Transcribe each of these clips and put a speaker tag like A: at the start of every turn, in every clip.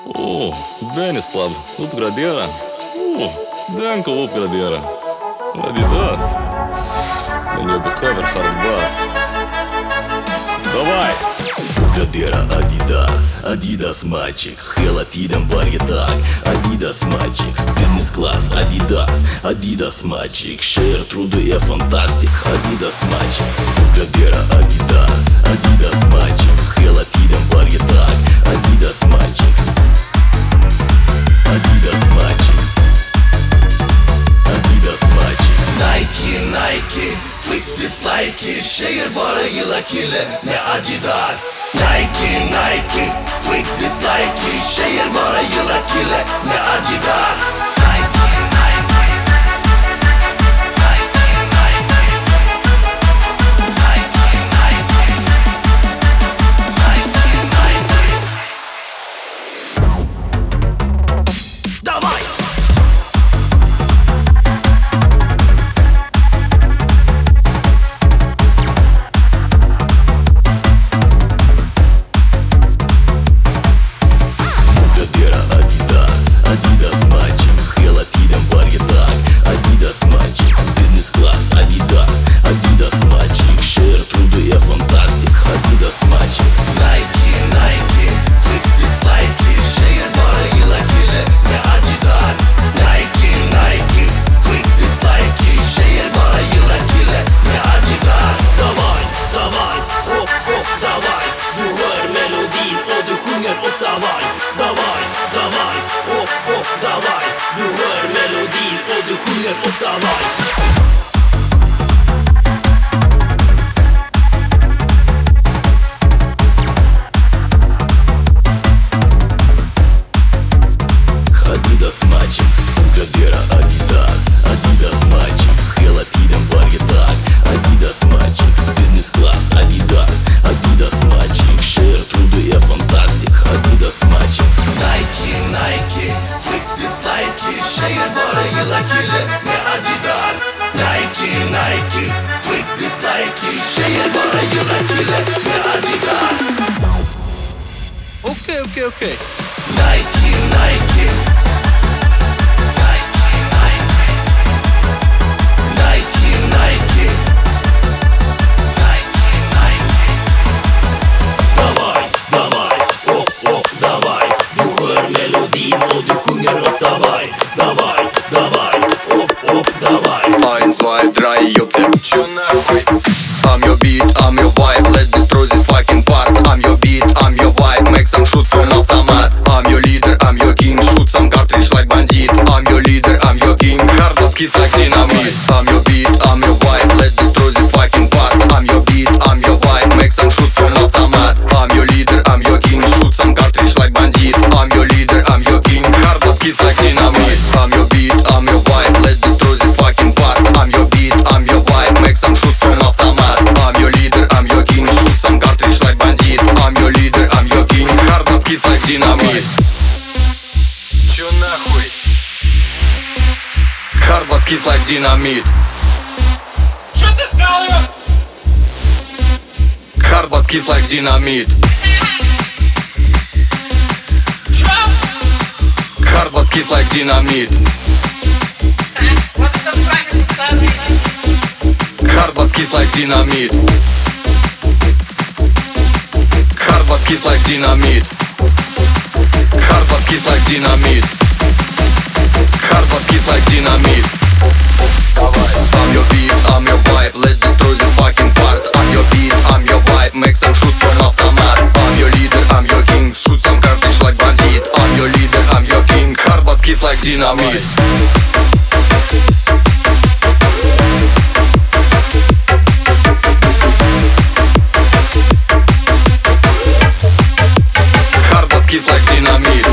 A: О, Benислав, upgradera. О, Danko upgradera. Adidas. Men jag behöver hardbass. Давай!
B: Upgradera Adidas, Adidas мальчик. Hela tiden varje dag, Adidas мальчик. Бизнес-класс Adidas, Adidas мальчик. Share труды är fantastic, Adidas мальчик. Upgradera Adidas, Adidas мальчик. Hela tiden varje dag, Adidas мальчик. Adidas мальчик. Adidas mальчик. Nike, Nike, quick dislike. Tjejer bara gillar kille med Adidas. Nike, Nike, quick dislike. Tjejer bara gillar kille med Adidas. Nike, Nike, Nike, Nike, Nike, Nike, Nike. Давай! Adidas мальчик, Hela tiden varje dag, Adidas мальчик. Бизнес-класс Adidas, Adidas мальчик. Share труды är fantastic, Adidas мальчик. Nike, Nike, quick dislike. Tjejer bara gillar kille med Adidas. Nike, Nike, quick dislike. Tjejer bara gillar kille med Adidas. Давай, давай, hopp, hopp, давай. Du hör melodin och du sjunger och давай. Давай, давай, hopp, hopp, давай. Du hör melodin och du sjunger och давай. Adidas мальчик, upgradera Adidas, Adidas мальчик. Hela tiden varje dag, Adidas мальчик. Бизнес-класс Adidas, Adidas мальчик. Share труды är fantastic, Adidas мальчик. Nike, Nike, quick dislike. Tjejer bara gillar kille med Adidas. Nike, Nike, quick dislike. Tjejer bara gillar kille med Adidas.
A: Okej.
B: Nike, Nike.
C: Ein, zwei, drei, ёпте, чё нахуй? I'm your beat, I'm your vibe, let's destroy this fucking part. I'm your beat, I'm your vibe, make some shoot from automat. I'm your leader, I'm your king, shoot some cartridge like bandit. I'm your leader, I'm your king, hard skills like dynamite. I'm your beat, I'm your vibe, let's destroy this fucking part. I'm your beat, I'm your vibe, make some shoot from automat. I'm your leader, I'm your king, shoot some cartridge like bandit. I'm your leader, I'm your king, hard skills like dynamite. I'm your beat, I'm your vibe, let's destroy this fucking part. I'm your beat, I'm your vibe, make some shoot from automat. I'm your leader, I'm your king, shoot some cartridge like bandit. I'm your leader, I'm your king, hard skills like dynamite. Чё нахуй? Hard skills like dynamite.
D: Чё ты сказал, ёп?
C: Hard skills like dynamite.
D: Чё?
C: Hard skills like dynamite.
D: Вот это правильно, пацаны.
C: Hard skills like dynamite. Hard skills like dynamite. Hard skills like dynamite. Hard skills like dynamite. I'm your beat, I'm your vibe, let's destroy this fucking part. I'm your beat, I'm your vibe, make some shoot from automat. I'm your leader, I'm your king, shoot some cartridge like bandit. I'm your leader, I'm your king, hard skills like dynamite. Hard skills like dynamite.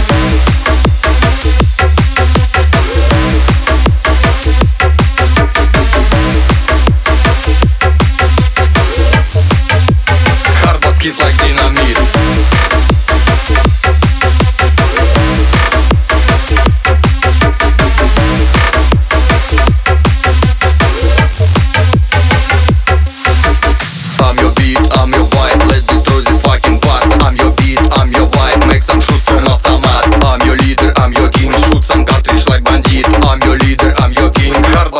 C: Hard skills like dynamite. I'm your beat, I'm your vibe, let's destroy this fucking part. I'm your beat, I'm your vibe, make some shoot from automat.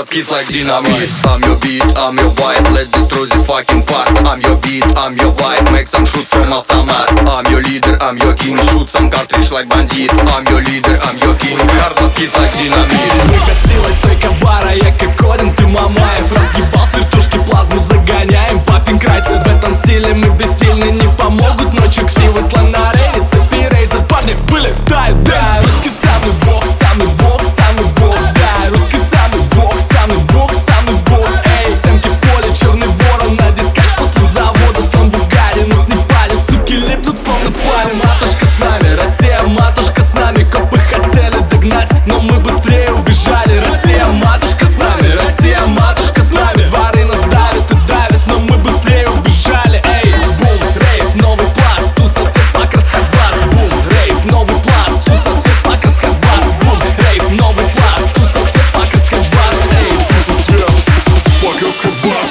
C: heart hits like dynamite. I'm your beat, I'm your vibe, let's destroy this fucking part. I'm your beat, I'm your vibe, make some shoot from автомат. I'm your leader, I'm your king, shoot some cartridge like бандит. I'm your leader, I'm your king, heart hits like dynamite.
E: Выкатилась стойка бара, я как Один, ты Мамаев. Разъебал с вертушки плазму, загоняем Папин Крайслер. В этом стиле мы бессильны, не помогут ночью ксивы. Слон на рейде, цепи рейзер, парни вылетают, да. Русский самый бог, самый бог, самый бог, да. Русский самый бог, самый бог, самый бог, эй. Сэмки поле, черный ворон на дискач после завода. Слон в угаре, нас не палит, суки липнут словно пламя. Матушка с нами, Россия, матушка с нами. Копы хотели догнать, но мы быстрее убежали. Россия, матушка с нами, Россия, матушка с нами. Дворы нас давят и давят, но мы быстрее убежали. Эй, бум, рейв, новый пласт, туса, цвет, пакерс, хардбас. Бум, рейв, новый пласт, туса, цвет, пакерс, хардбас. Бум, рейв, новый пласт, туса, цвет, пакерс, хардбас. Эй, туса, цвет, пакерс, хардбас.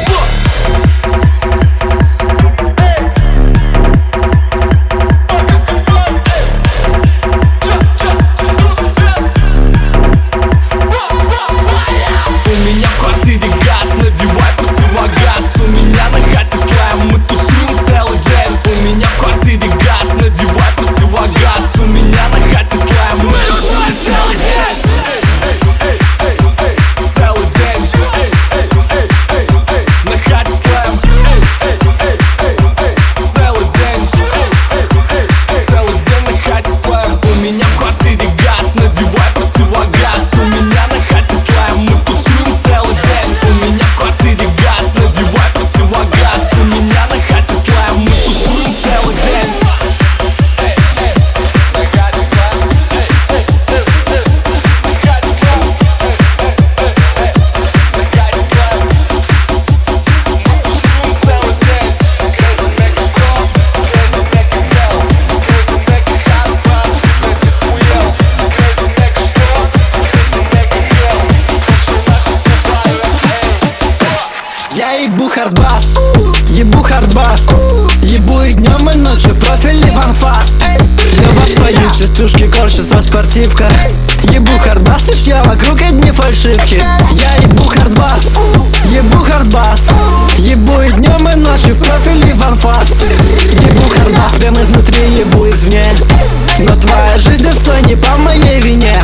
E: У меня в квартире газ, надевай противогаз. У меня на хате слайм, мы тусуем целый день. У меня в квартире газ, надевай противогаз. У меня на хате слайм, мы тусуем целый день. Целый день. На хате слайм. Целый день. Целый день на хате слайм. У меня в квартире газ, надевай противогаз. У меня на хате слайм, мы тусуем целый день. У меня в квартире газ, надевай противогаз. У меня на хате слайм, мы тусуем целый день. На хате слайм. На хате слайм. На хате слайм. Мы тусуем целый день. Crazy make it strong, crazy make it hell, crazy make it hard bass, ведь охуел. Crazy make it strong, crazy make it hell, пошел нахуй бываю.
F: Я ебу хардбас, ебу хардбас. Ебу и днем, и ночью, профиль в анфас. Лёва в твою частушки корчится в спортивках. Ебу хардбас, и я вокруг одни фальшивки. Я ебу хардбас, ебу хардбас. Ебу и днем, и ночью, профиль в анфас. Ебу хардбас, прям изнутри, ебу извне. Но твоя жизнь достой не по моей вине.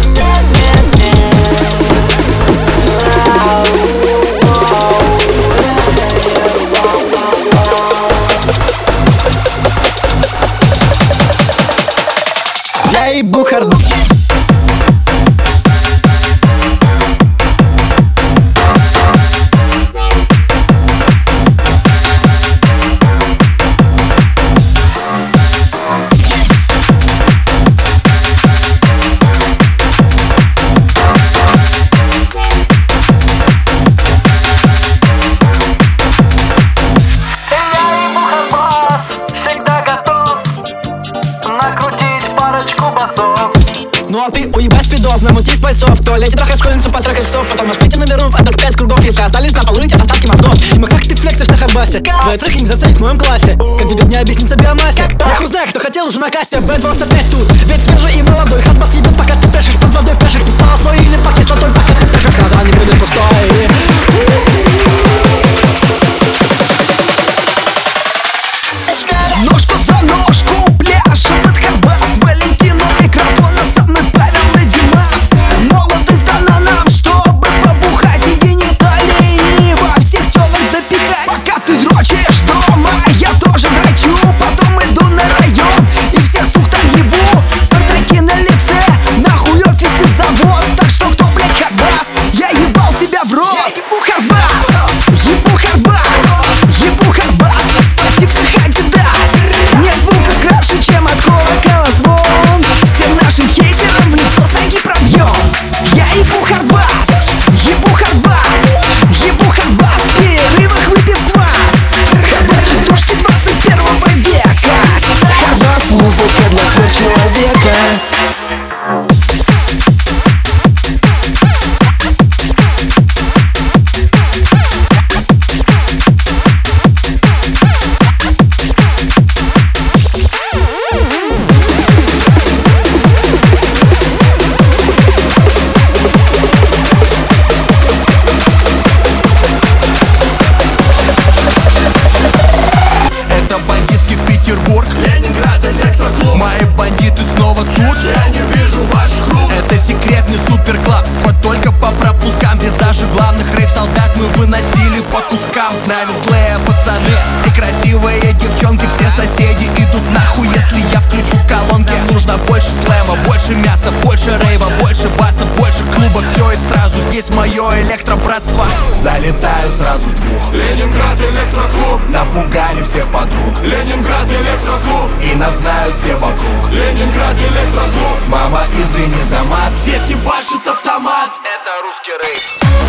F: Я ебу хардбас. Ну а ты уебать спидов, намутить спайсов. В туалете трахай школьницу по 3 иксов. Потом аж наберу в адок 5 кругов. Если остались на полу, эти остатки мозгов. Дима, как ты флексишь на хардбасе? Твои трахи не заценят в моем классе. Как тебе не объяснится биомассе? Я хуй знаю, кто хотел уже на кассе. Бэтбос опять тут, ведь свежий и молодой. Хардбас ебет, пока ты пляшешь под водой. Пляшешь ты полосой или под кислотой, пока ты пляшешь. Название будет пустой. Ножку за ножку пляшем под хардбас. Валентину микрофона, со мной Павел и Димас. Молодость дана нам, чтобы побухать и гениталии во всех телах запихать. Пока ты дрочишь дома, я тоже дрочу. Потом иду на район и всех сук там ебу.
E: есть мое электробратство. Залетаю сразу с двух. Ленинград электроклуб. Напугали всех подруг. Ленинград электроклуб. И нас знают все вокруг. Ленинград электроклуб. Мама, извини за мат. Здесь ебашит автомат.
C: Это русский рейв.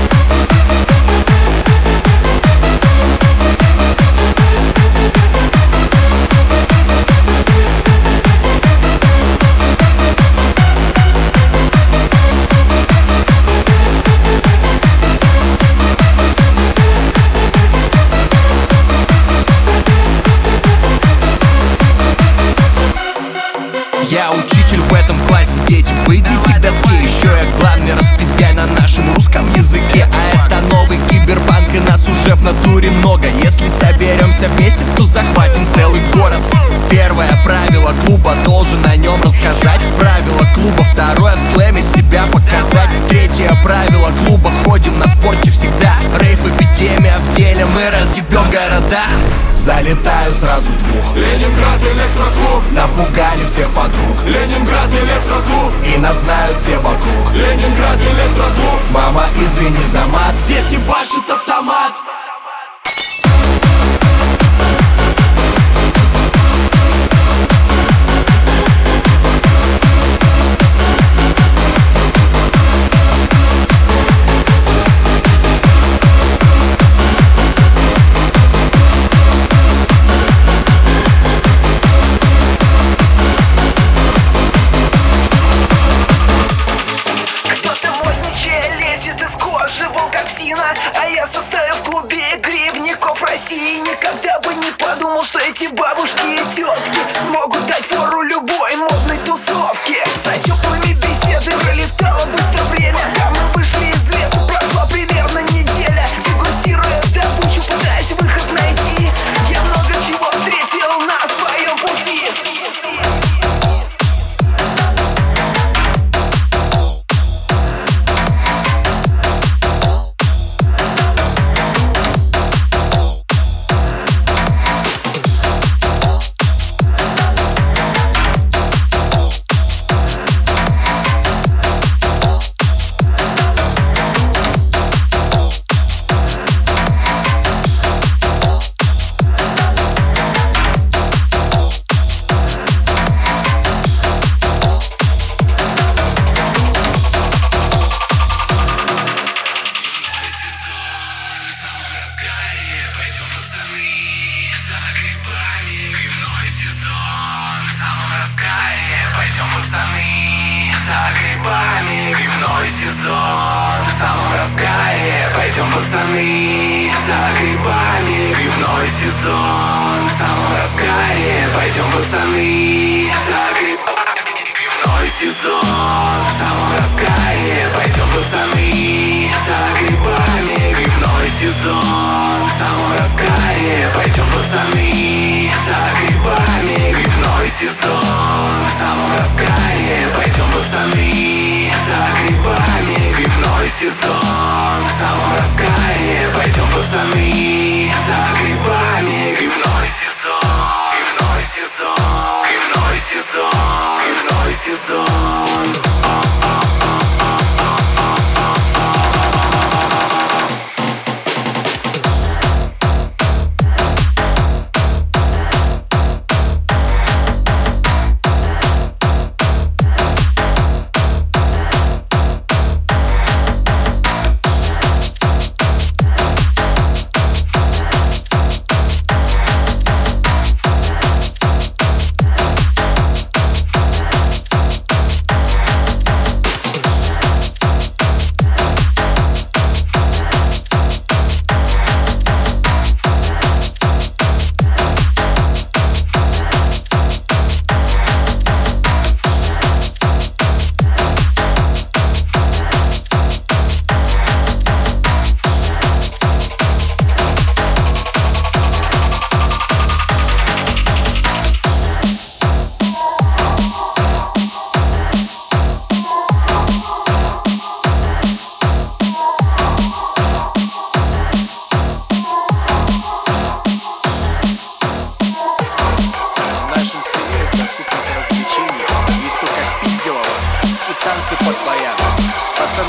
E: Я учитель в этом классе, дети, выйдите к доске. Еще я главный распиздяй на нашем русском языке. А это новый киберпанк, и нас уже в натуре много. Если соберемся вместе, то захватим целый город. Первое правило клуба, должен о нем рассказать. Правило клуба, второе в слэме себя показать. Третье правило клуба, ходим на спорте всегда. Рейв, эпидемия в деле, мы разъебем города. Залетаю сразу с двух. Ленинград электроклуб. Напугали всех подруг. Ленинград электроклуб. И нас знают все вокруг. Ленинград электроклуб. Мама, извини за мат. Здесь ебашит автомат.
G: А я состою в клубе грибников России. Никогда бы не подумал, что эти бабушки и тетки смогут дать фору любой модной тусовке. За теплыми беседой пролетало быстро время. Пока мы вышли из леса, прошла примерно неделя. Дегустируя добычу, пытаясь выход найти, я много чего встретил на своем пути.
E: За грибами, грибной сезон. В самом разгаре, пойдем, пацаны. За грибами, грибной сезон. В самом разгаре, пойдем, пацаны. За грибами, грибной сезон. В самом разгаре, пойдем, пацаны. За грибами, грибной сезон. В самом разгаре, пойдем, пацаны. За грибами, грибной сезон. В самом разгаре, пойдем, пацаны. За грибами, грибной сезон. В самом разгаре, пойдем, пацаны. За грибами, грибной сезон. Грибной сезон. Грибной сезон. Грибной сезон.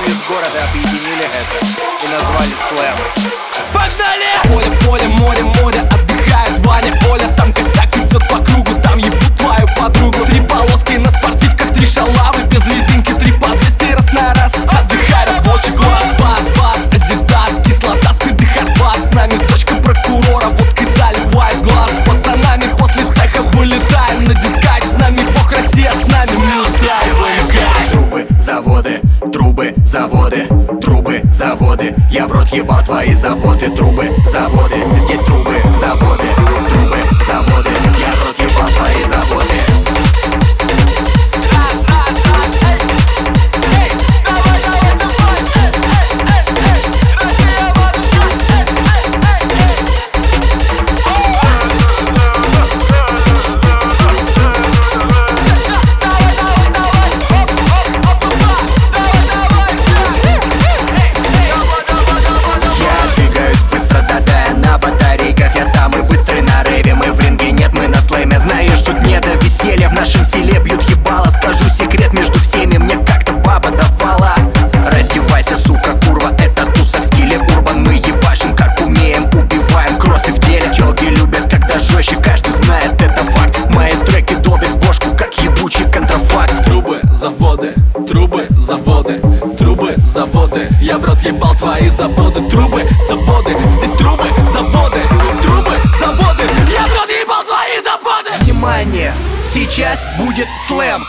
H: весь город и объединили это и назвали слэм.
E: Погнали! Поле, поле, море, море, отдыхает Ваня, Оля. Там косяк идет по кругу, там ебут твою подругу. Три полоски на спортивках, три шалавы без резинки, три по 200 раз на раз. Отдыхай, рабочий класс, бас, бас, адидас, кислота, спид и хардбас. С нами дочка прокурора, водкой заливает глаз. С пацанами после цеха вылетаем на дискач. С нами бог Россия, с нами мы устраиваем кач.
B: Трубы, заводы, трубы, заводы, трубы, заводы. Я в рот ебал твои заботы. Трубы, заводы, здесь трубы, заводы, трубы, заводы. Я в рот ебал твои заботы. В нашем селе бьют ебало. Скажу секрет между всеми, мне как-то баба давала. Раздевайся, сука, курва, это туса в стиле урбан. Мы ебашим как умеем, убиваем кроссы в деле. Челки любят, когда жестче, каждый знает, это факт. Мои треки долбят в бошку, как ебучий контрафакт.
E: Трубы, заводы, трубы, заводы, трубы, заводы. Я в рот ебал твои заботы. Трубы, заводы, здесь трубы, заводы, трубы, заводы. Я в рот ебал твои заботы.
B: Внимание! Сейчас будет слэм.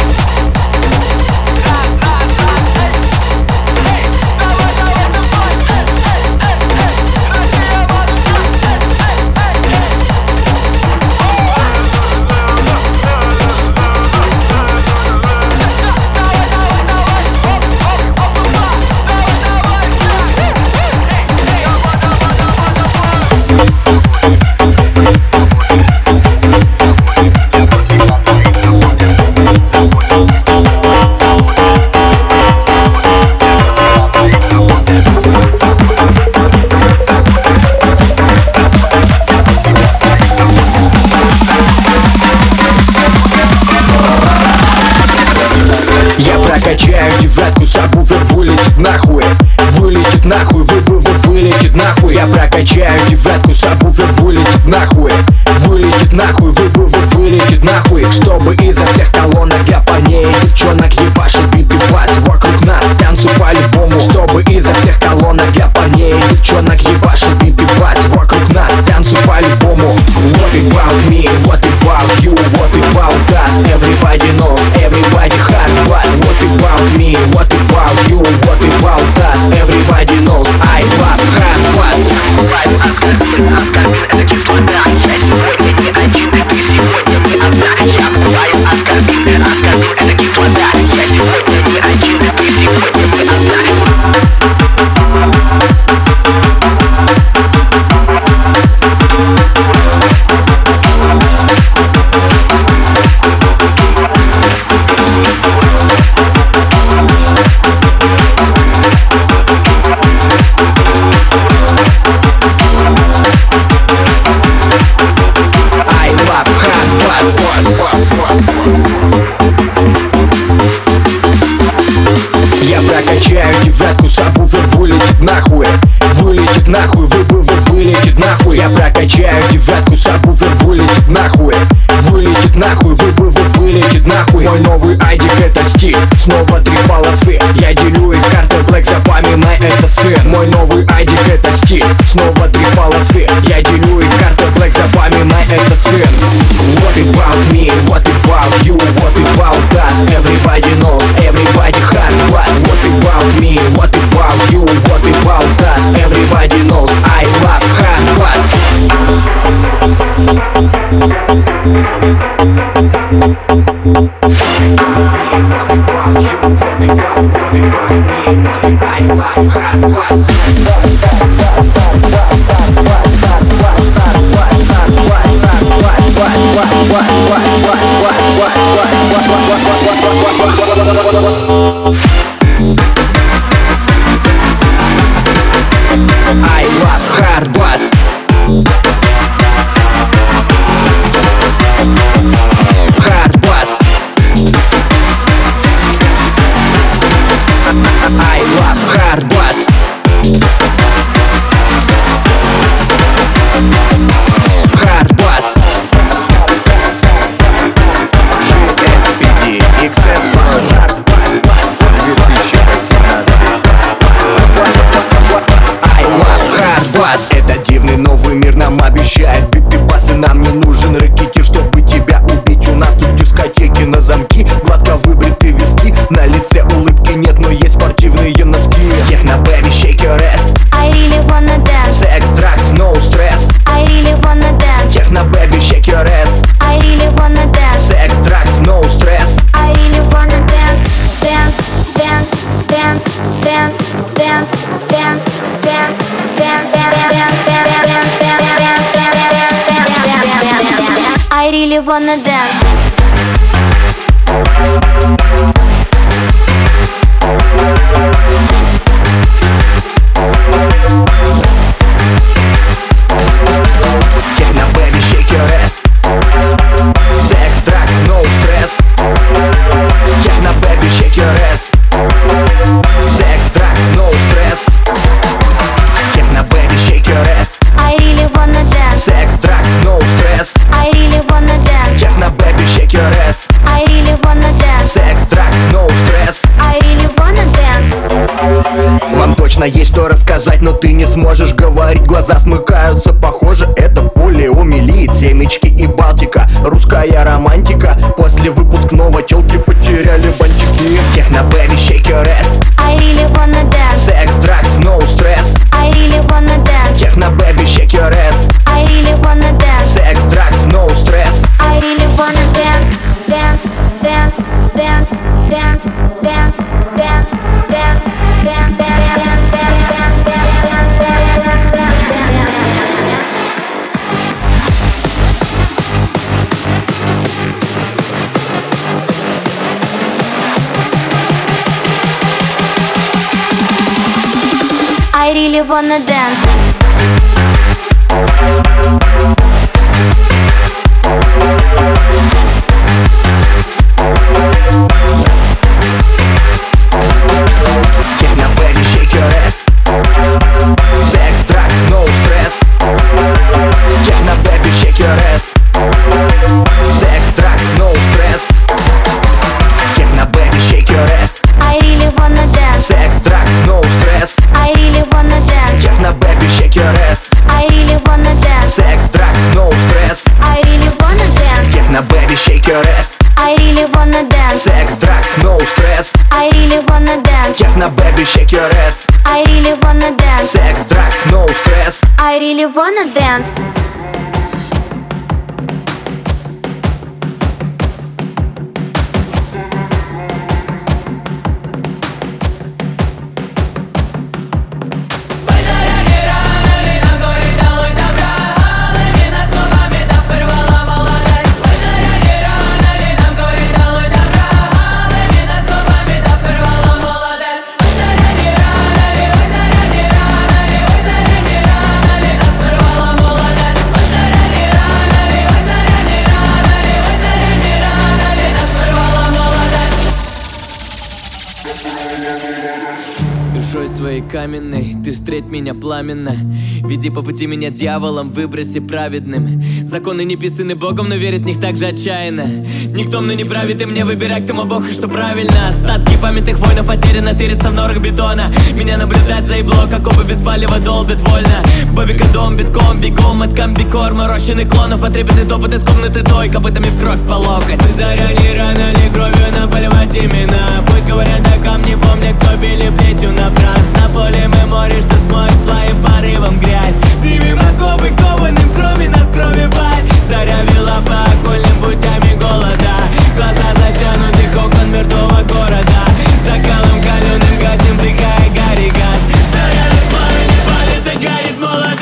F: Качаю девятку, сабвуфер вылетит нахуй. Вылетит нахуй, вылетит нахуй. Я прокачаю девятку, сабвуфер вылетит нахуй. Вылетит нахуй, вылетит нахуй. Чтобы изо всех колонок для парней и девчонок ебашит битый бас. Вокруг нас танцуй по-любому. Чтобы изо всех колонок для парней и девчонок ебашит битый бас. Вокруг нас танцуй по-любому. What about me, what about you, what about us? Everybody knows, everybody hard bass. What about me, what about you, what about us? Everybody knows, I love hard bass.
B: Оскорбил, это кислота. Я сегодня не один, ты сегодня не одна. Я бываю оскорбил, это кислота. Я сегодня не один, ты сегодня не одна.
F: Я прокачаю девятку, сабвуфер вылетит нахуй. Вылетит нахуй, вылетит нахуй. Я прокачаю девятку, сабвуфер вылетит нахуй. Вылетит нахуй, вылетит нахуй. Мой новый айдик это стиль, снова три полосы. Я делю их картой Black, запоминай, это сын. Мой новый айдик это стиль, снова три полосы. Я делю их картой Black, запоминай, это сын. What about me, what about you, what about us? Everybody knows, everybody hard bass. What about me, what about you, what about us? Everybody knows, I love hard bass. I love hard bass. Hard bass. I
I: вращает биты, басы. Нам не нужен рэкетир, чтобы тебя убить. У нас тут дискотеки на замки, гладко выбриты виски. На лице улыбки нет, но есть спортивные носки. Техно, baby, shake your ass.
J: I really wanna dance.
I: Секс, дракс, no stress.
J: I really wanna dance.
I: Техно, baby, shake your ass.
J: I really wanna dance.
I: Секс, дракс, no stress.
J: I really wanna dance. Dance, dance, dance, dance, dance, dance, dance, dance, dance. I really wanna dance.
I: Техно, baby, shake your ass. Секс, дракс, no stress. Техно, baby, shake your ass. Секс, дракс, no stress. Техно, baby, shake your ass.
J: I really wanna dance.
I: Секс, дракс, no stress.
J: I really wanna dance.
I: Техно, baby, shake your ass.
J: I really wanna dance.
I: Секс, дракс, no stress.
J: I really wanna dance.
I: Вам точно есть что рассказать, но ты не сможешь говорить. Глаза смыкаются, похоже, это полиомиелит. Семечки и Балтика, русская романтика. После выпускного тёлки потеряли бантики. Техно, baby, shake your ass.
J: I really wanna dance.
I: Секс, дракс, no stress.
J: I really wanna dance.
I: Техно, baby, shake your ass.
J: I really wanna dance.
I: Секс, дракс, no stress.
J: I really wanna dance. Dance, dance, dance, dance, dance, dance, dance, dance, dance, I really wanna dance.
I: Техно, baby, shake your ass. Секс, дракс, no stress. Техно, baby, shake your ass. Секс, дракс, no stress. Техно, baby, shake your ass.
J: I really wanna dance.
I: Секс, дракс, no stress.
J: I really wanna dance.
I: Техно, baby, shake your ass.
J: I really wanna dance.
I: Секс, дракс, no stress.
J: I really wanna dance.
I: Техно, baby, shake your ass.
J: I really wanna dance.
I: Секс, дракс, no stress.
J: I really wanna dance.
I: Техно, baby, shake your ass.
J: I really wanna dance.
I: Секс, дракс, no stress.
J: I really wanna dance.
E: Душой своей каменной ты встреть меня пламенно. Веди по пути меня дьяволом, выброси праведным. Законы не писаны Богом, но верит в них так же отчаянно. Никто мной не правит, и мне выбирать, кто мой Бог и что правильно. Остатки памятных войн потеряно, тырятся в норах бетона. Меня наблюдать за ебло, как оба без палева долбит вольно. Бобика дом, битком, бегом от комбикор. Морощенных клонов, потребный топот из комнаты той. Копытами в кровь по локоть. Заря не рано ли кровью наполивать имена. Пусть говорят о камне, помня, кто били плетью напрасно. Поле мы море, что смоет своим порывом грязь. Снимем оковы, кованым крови нас крови пасть. Заря вела по окольным путями голода. Глаза затянуты окон мертвого города. Закалом каленым газем вдыхая гарри газ. Заря на пламени палит и горит молодая.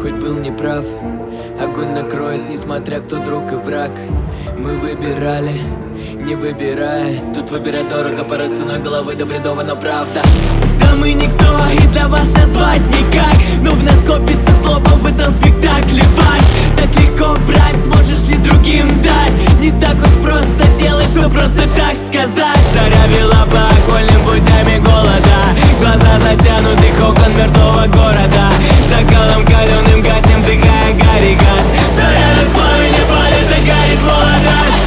F: Хоть был неправ, огонь накроет, несмотря кто друг и враг. Мы выбирали, не выбирая. Тут выбирать дорого, порой ценой головы до бредова, но правда. Да мы никто, и для вас назвать никак. Но в нас копится злоба в этом спектакле. Вань, так легко брать, сможешь ли другим дать? Не так уж просто делать, что просто так сказать. Заря вела по окольным путями голода. Глаза затянуты окон мертвого города. Закалом каленым гасим, вдыхая гарь и газ. Заря на пламени палит и горит молодость.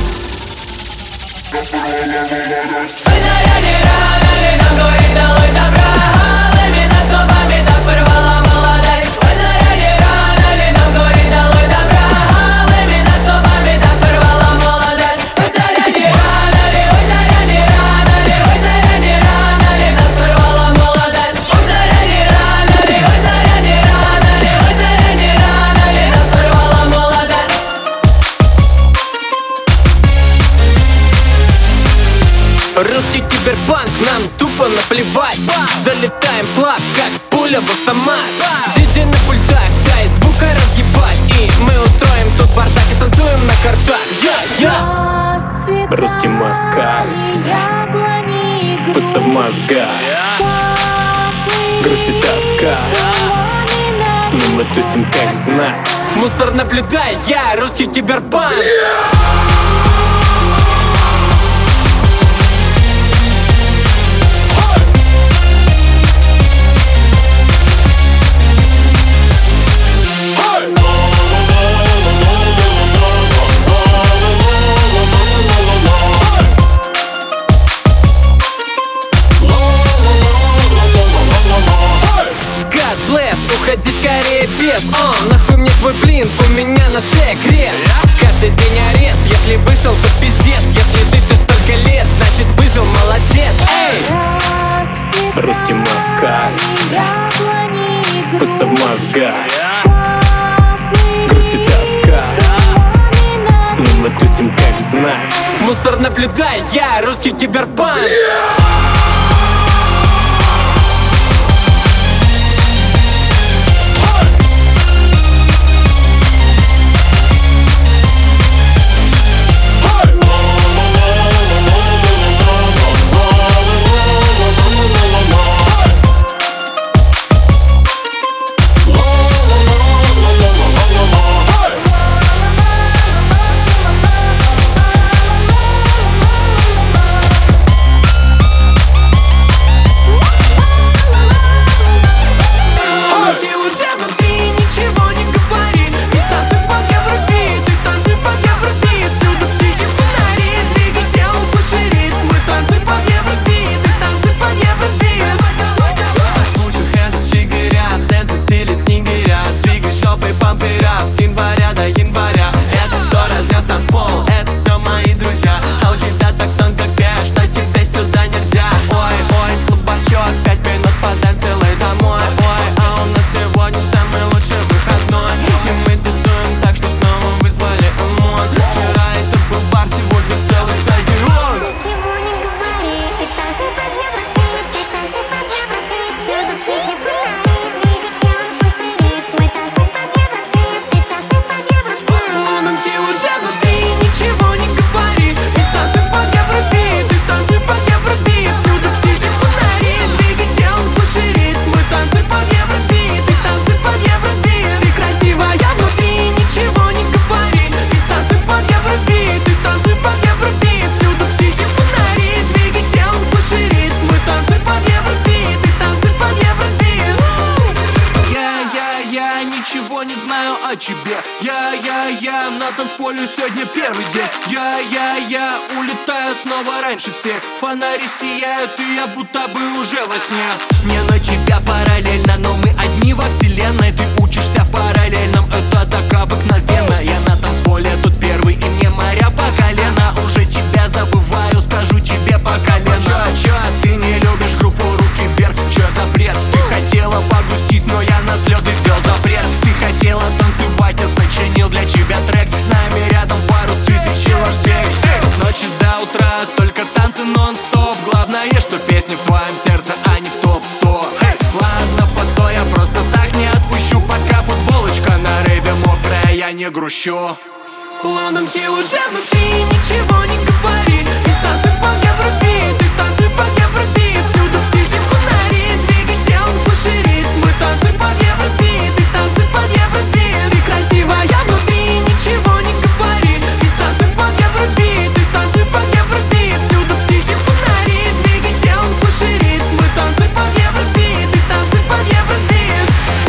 F: Ой, заря не рано ли нам говорит долой добра? Лэмина скобами так порвала молодость. Ой, заря не рано ли нам говорит долой добра? Лэмина скобами так порвала молодость. Ой, заря не рано ли, ой, заря не рано ли, ой, заря не рано ли нас порвала молодость. Ой, заря не рано ли, ой, заря не рано ли, ой, заря не рано ли нас порвала молодость. Русский киберпанк, нам тупо наплевать. Залетаем в флаг, как пуля в автомат. Диджей на пультах, дай звука разъебать. И мы устроим тут бардак и станцуем на картах.
E: Русский москаль, пусто в мозгах, грусть и тоска, но мы тусим как знать.
F: Мусор наблюдай, я русский киберпанк. Уходи скорее без, нахуй мне твой блин, у меня на шее крест. Каждый день арест, если вышел, то пиздец. Если дышишь столько лет, значит выжил, молодец. Эй!
E: Русский москаль, пусто в мозгах, грусть и тоска, но мы тусим как знать.
F: Мусор наблюдай, я русский киберпанк.
E: Я на танцполе сегодня первый день. Я улетаю снова раньше всех. Фонари сияют, и я будто бы уже во сне. Мне на тебя параллельно, но мы одни во вселенной. Ты учишься в параллельном, это так обыкновенно. Я на танцполе тут первый, и мне моря по колено. Уже тебя забываю, скажу тебе по колено. Чё, ты не любишь группу «Руки вверх»? Чё за бред? Ты хотела погрустить, но я на слезы ввел запрет. Ты хотела танцевать, я сочинил для тебя трек. С нами рядом пару тысяч человек. С ночи до утра только танцы нон-стоп. Главное, что песни в твоем сердце, а не в топ-100. Ладно, постой, я просто так не отпущу, пока футболочка не грущу. Лондон Хилл уже внутри, ничего не говори. И танцы под Евробит, и танцы под Евробит. Всюду психи фонари, двигай телом, слыши ритм. Мы танцы под Евробит, и танцы под Евробит. Ты красивая внутри, ничего не говори. И танцы под Евробит, и танцы под Евробит. Всюду психи фонари, двигай телом, слыши ритм. Мы танцы под Евробит, и танцы под Евробит.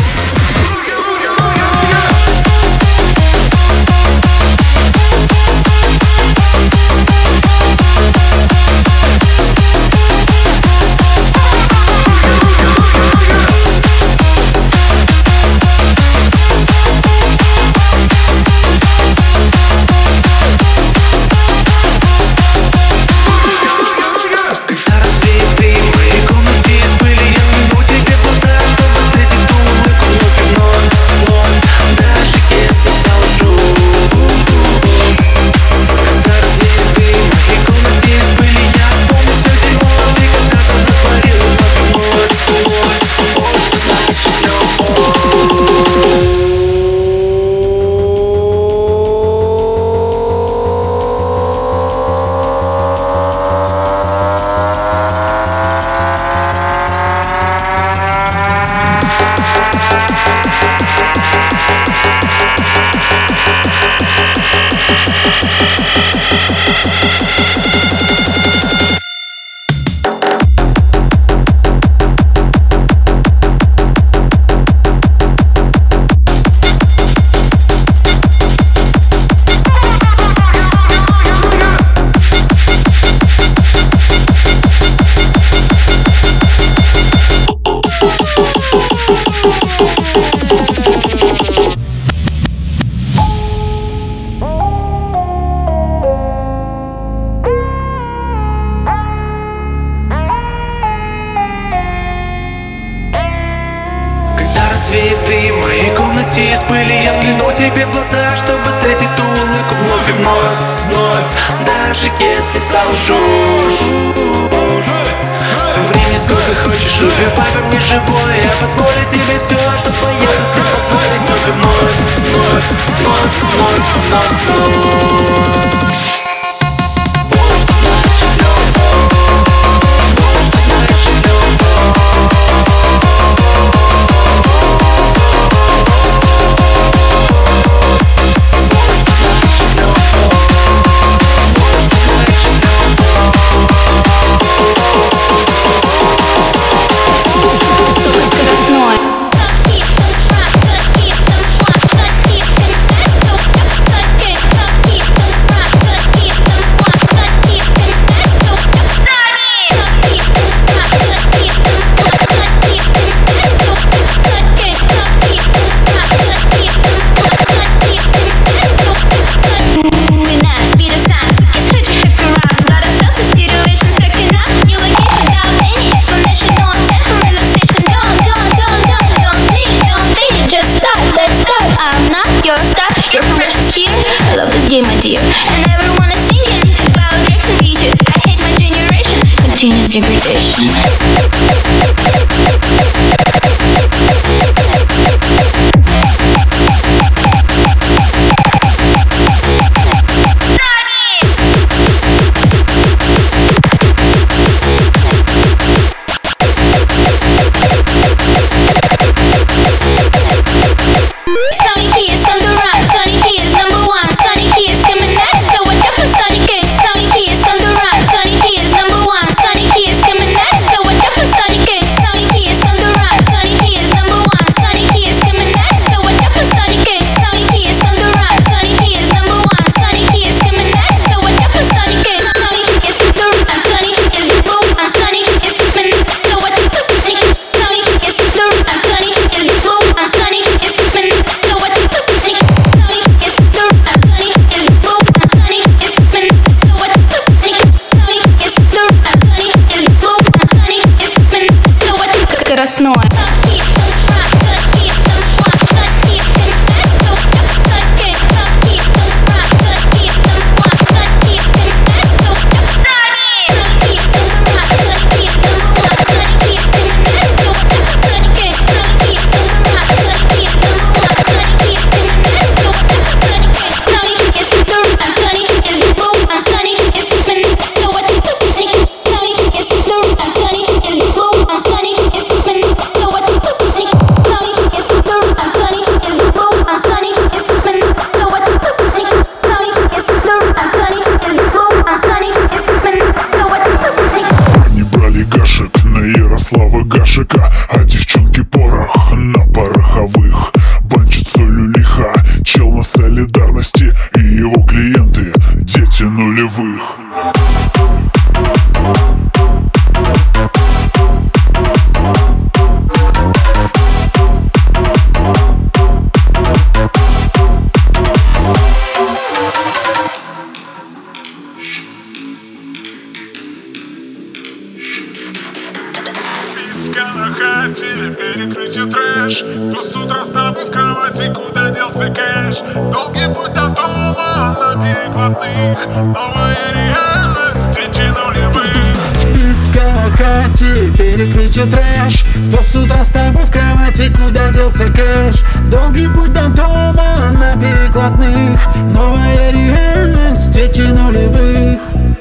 K: Рассветы в моей комнате из пыли. Я взгляну тебе в глаза, чтобы встретить ту улыбку вновь и вновь, вновь. Даже если солжу. Время сколько хочешь, убивай во мне живое. Я позволю тебе все, что твоя совсем позволит вновь и вновь, вновь, вновь, вновь, вновь, вновь.
J: My dear, and everyone is singing about Rex and Peaches. I hate my generation, continuous degradation. Скоростное.
L: ЖК, а девчонки порох на пороховых. Банчит солью лиха, чел на солидарности, и его клиенты дети нулевых.
M: На хате перекрытие трэш. Кто с утра с тобой в кровати, куда делся кэш? Долгий путь до дома на перекладных. Новая реальность, дети нулевых.
E: Писка на хате, перекрытие трэш. Кто с утра с тобой в кровати, куда делся кэш? Долгий путь до дома на перекладных. Новая реальность, дети нулевых.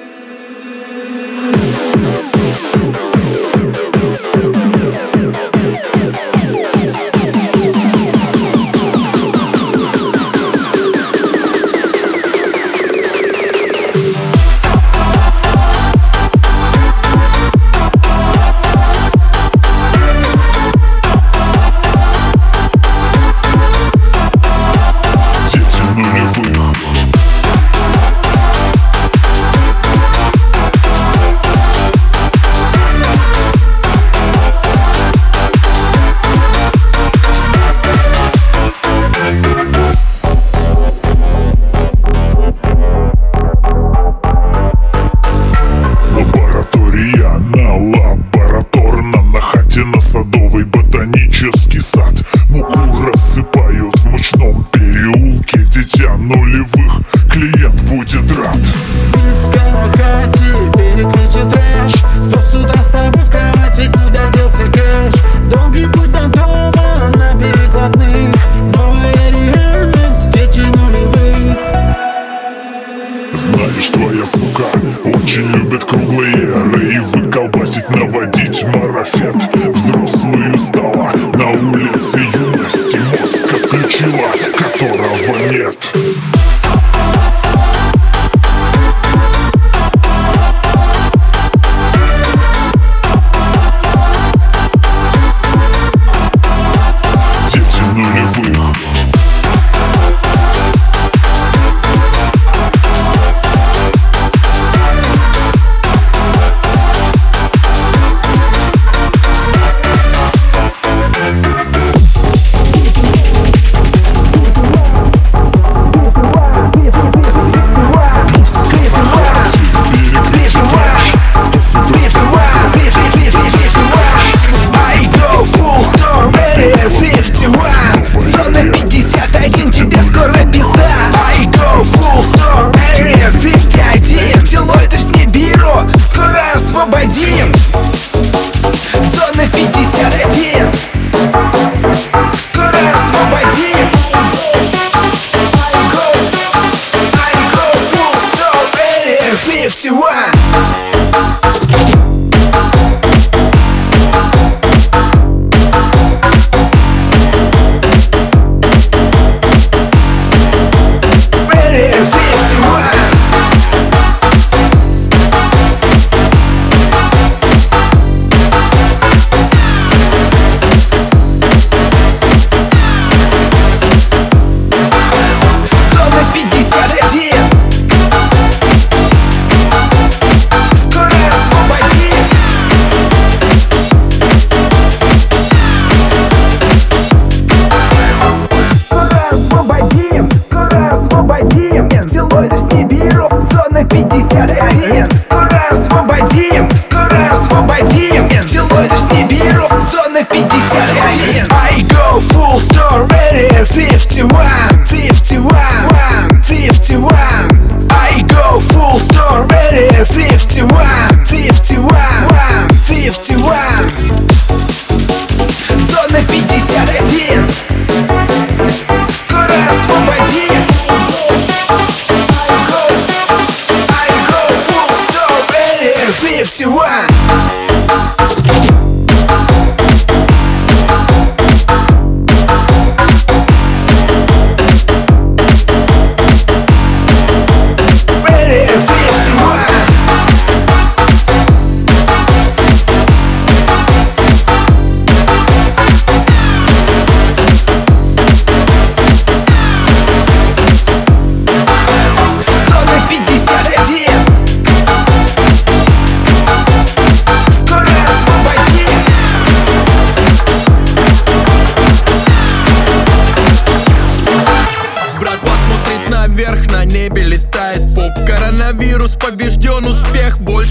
L: На Садовый ботанический сад муку рассыпают в мучном переулке. Дитя нулевых, клиент будет рад.
E: Писка на хате, перекрытие трэш. Кто с утра с тобой в кровати, куда делся кэш? Долгий путь до дома на перекладных. Новая реальность, дети нулевых.
L: Знаешь, твоя сука очень любит круглые рейвы, колбасить, наводить марафет. Взрослую стала, на улице юности мозг отключила, которого нет. Дети нулевых.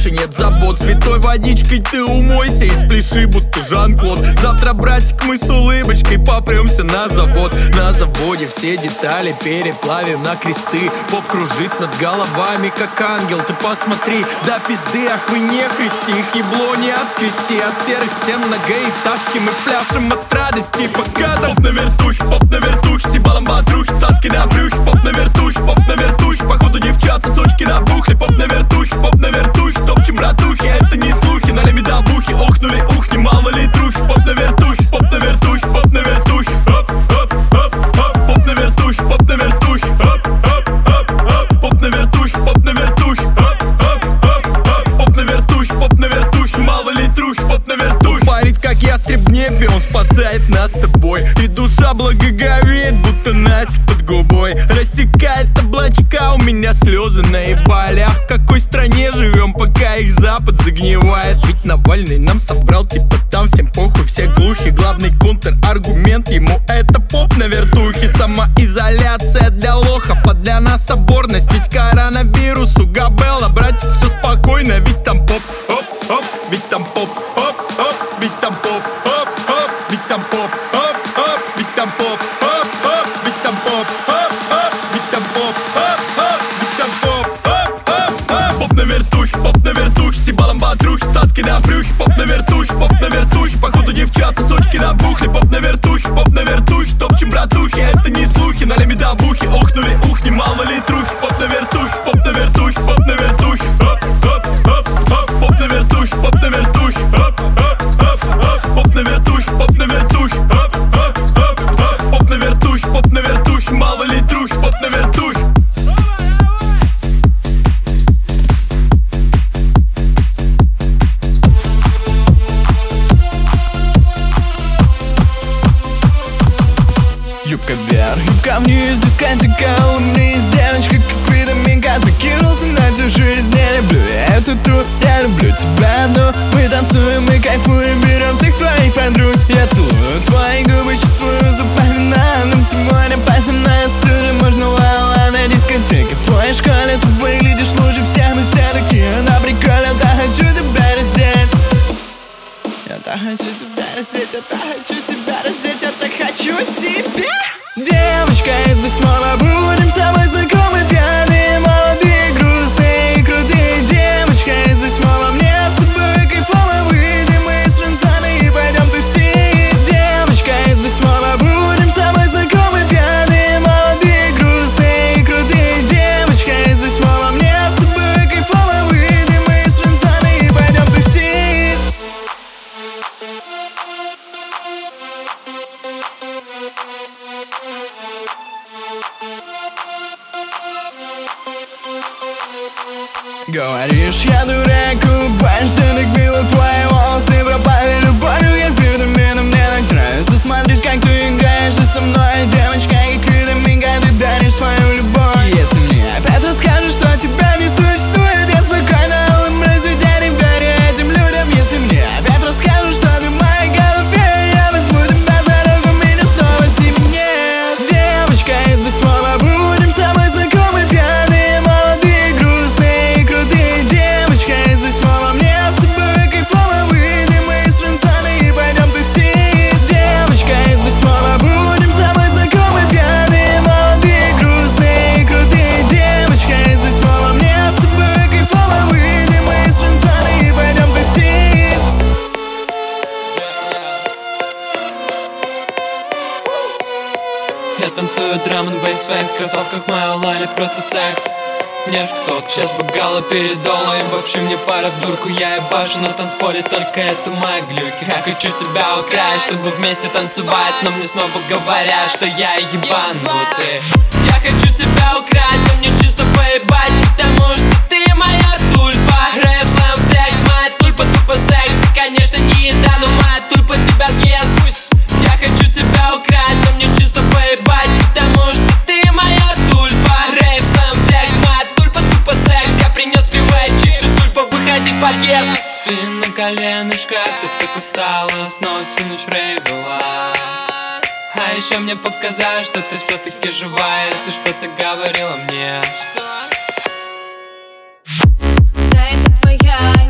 E: больше нет забот. Святой водичкой ты умойся и спляши, будто Жан-Клод. Завтра, братик, мы с улыбочкой попремся на завод. На заводе все детали переплавим на кресты. Поп кружит над головами, как ангел, ты посмотри. Да пизды, ах вы не христи, их ебло не отскрести. От серых стен многоэтажки мы пляшем от радости. Пока там поп на вертухе, сибалом ватрухи, цацки на брюхе. Поп на вертухе, походу девчат сосочки набухли. Поп на вертухе, топчем братухи. Это не слухи, налей медовухи, охнули ухни, мало ли трухи. Поп на вертухе, поп на вертухе, поп на вертухе. Оп, оп, оп, оп, поп на вертухе, поп на вертухе. Оп, оп, оп, оп, поп на вертухе, поп на вертухе. Оп, оп, оп, оп, поп на вертухе, мало ли трухи. Поп на вертухе. Парит, как ястреб в небе, он спасает нас с тобой. И душа благоговеет, будто насик под губой. Рассекает облачка, у меня слезы наебали. А в какой стране живем, пока их запад загнивает? Ведь Навальный нам собрал, типа там всем похуй, все глухи. Главный контраргумент ему это поп на вертухе. Самоизоляция для лохов, а для нас соборность. Ведь коронавирус у Габелла, братик, все спокойно. Ведь там поп, оп, оп, ведь там поп, оп, оп, ведь там поп, оп, оп, ведь там поп, оп, оп, ведь там поп, оп, оп, ведь там поп, оп, оп, ведь там поп, оп, оп, ведь там поп, оп, оп, оп. Поп на вертухе, сибалом ватрухи, цацки на брюхе. Поп на вертухе, походу девчат сосочки набухли. Поп на вертухе, топчем братухи. Это не слухи, налей медовухи, охнули ухни, мало ли трухи. Поп на вертухе, поп на вертухе, поп на вертухе. Оп, оп, оп, оп, поп на вертухе, поп на вертухе. Оп, оп, оп, оп, поп на вертухе, поп на вертухе. Оп, оп, оп, оп, поп на вертухе, мало ли трухи. Поп на вертухе.
F: Юбка вверх, юбка вниз, дискотека. У меня есть девочка, как витаминка. Закинулся на всю жизнь, я люблю эту труд. Я люблю тебя одну. Мы танцуем, мы кайфуем, берем всех твоих подруг. Я целую твои губы, чувствую запах вина. Нам сегодня пасмурно, отсюда можно ла-ла на дискотеке. В твоей школе ты выглядишь лучше всех, мы все такие на приколе. Я так хочу тебя раздеть. Я так хочу тебя раздеть, я так хочу тебя раздеть, я так хочу тебя. Девочка из 8-го, будем с тобой знакомы, пьяные, молодые, грустные и крутые. Девочка из 8-го, мне с тобой кайфово, выйдем мы из френдзоны и пойдем тусить. Девочка из 8-го, будем с тобой знакомы, пьяные, молодые, грустные и крутые. Девочка из 8-го, мне с тобой кайфово, выйдем мы из френдзоны и пойдем тусить. Говоришь, я дурак, улыбаешься так мило, твои волосы пропали любовью, как витамином. Мне так нравится смотреть, как ты играешь со мной, девочка, как витаминка, ты даришь свою любовь. Если мне опять расскажешь, что тебя не существует, я спокойно улыбнусь, ведь я не верю этим людям. Если мне опять расскажешь, что ты в моей голове, я возьму тебя за руку, меня снова с ним нет. Девочка из 8-го, будем с тобой знакомы, пьяные, молодые, грустные и крутые. Девочка из 8-го, мне с тобой кайфово, выйдем мы из френдзоны и пойдем тусить. Девочка из 8-го, будем с тобой знакомы, пьяные, молодые, грустные и крутые. Девочка из 8-го, мне с тобой кайфово, выйдем мы из френдзоны и пойдем тусить.
N: Я танцую драм-н-бейс в своих кроссовках, моя лали просто секс. Нежка сотка, сейчас богала перед долларом. В общем, не пара в дурку, я ебашу на танцполе, только это мои глюки. Я хочу тебя украсть, чтобы вместе танцевать, но мне снова говорят, что я ебанутый. Я хочу тебя украсть, но мне чисто поебать, потому что ты моя тульпа. Рэп, слэм, флекс, моя тульпа, тупо секс. Ты, конечно, не еда, но моя тульпа тебя съест. Я хочу тебя украсть, но мне чисто поебать, потому что ты моя тульпа. Рэп, слэм, флекс, моя тульпа, тупо секс. Я принес пиво и чипсы, сульпа, выходи в подъезд. Спин на коленочках, ты так устала, снова всю ночь рейвила. А еще мне показалось, что ты все-таки живая. Ты что-то говорила мне.
J: Да, это твоя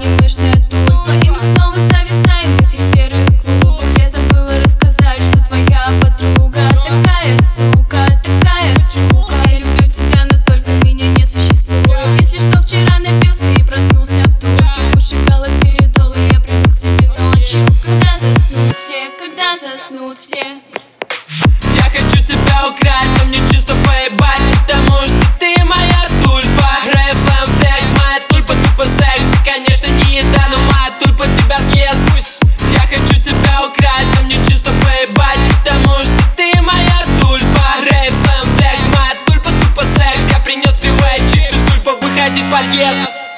J: узнают все.
N: Я хочу тебя украсть, но мне чисто поебать, потому что ты моя тульпа. Рэп, слэм, флекс, моя тульпа, тупо секс. Ты, конечно, не еда, но моя тульпа тебя съест. Я хочу тебя украсть, но мне чисто поебать, потому что ты моя тульпа. Рэп, слэм, флекс, моя тульпа, тупо секс. Я принес пиво и чипсы, тульпа, выходи в подъезд.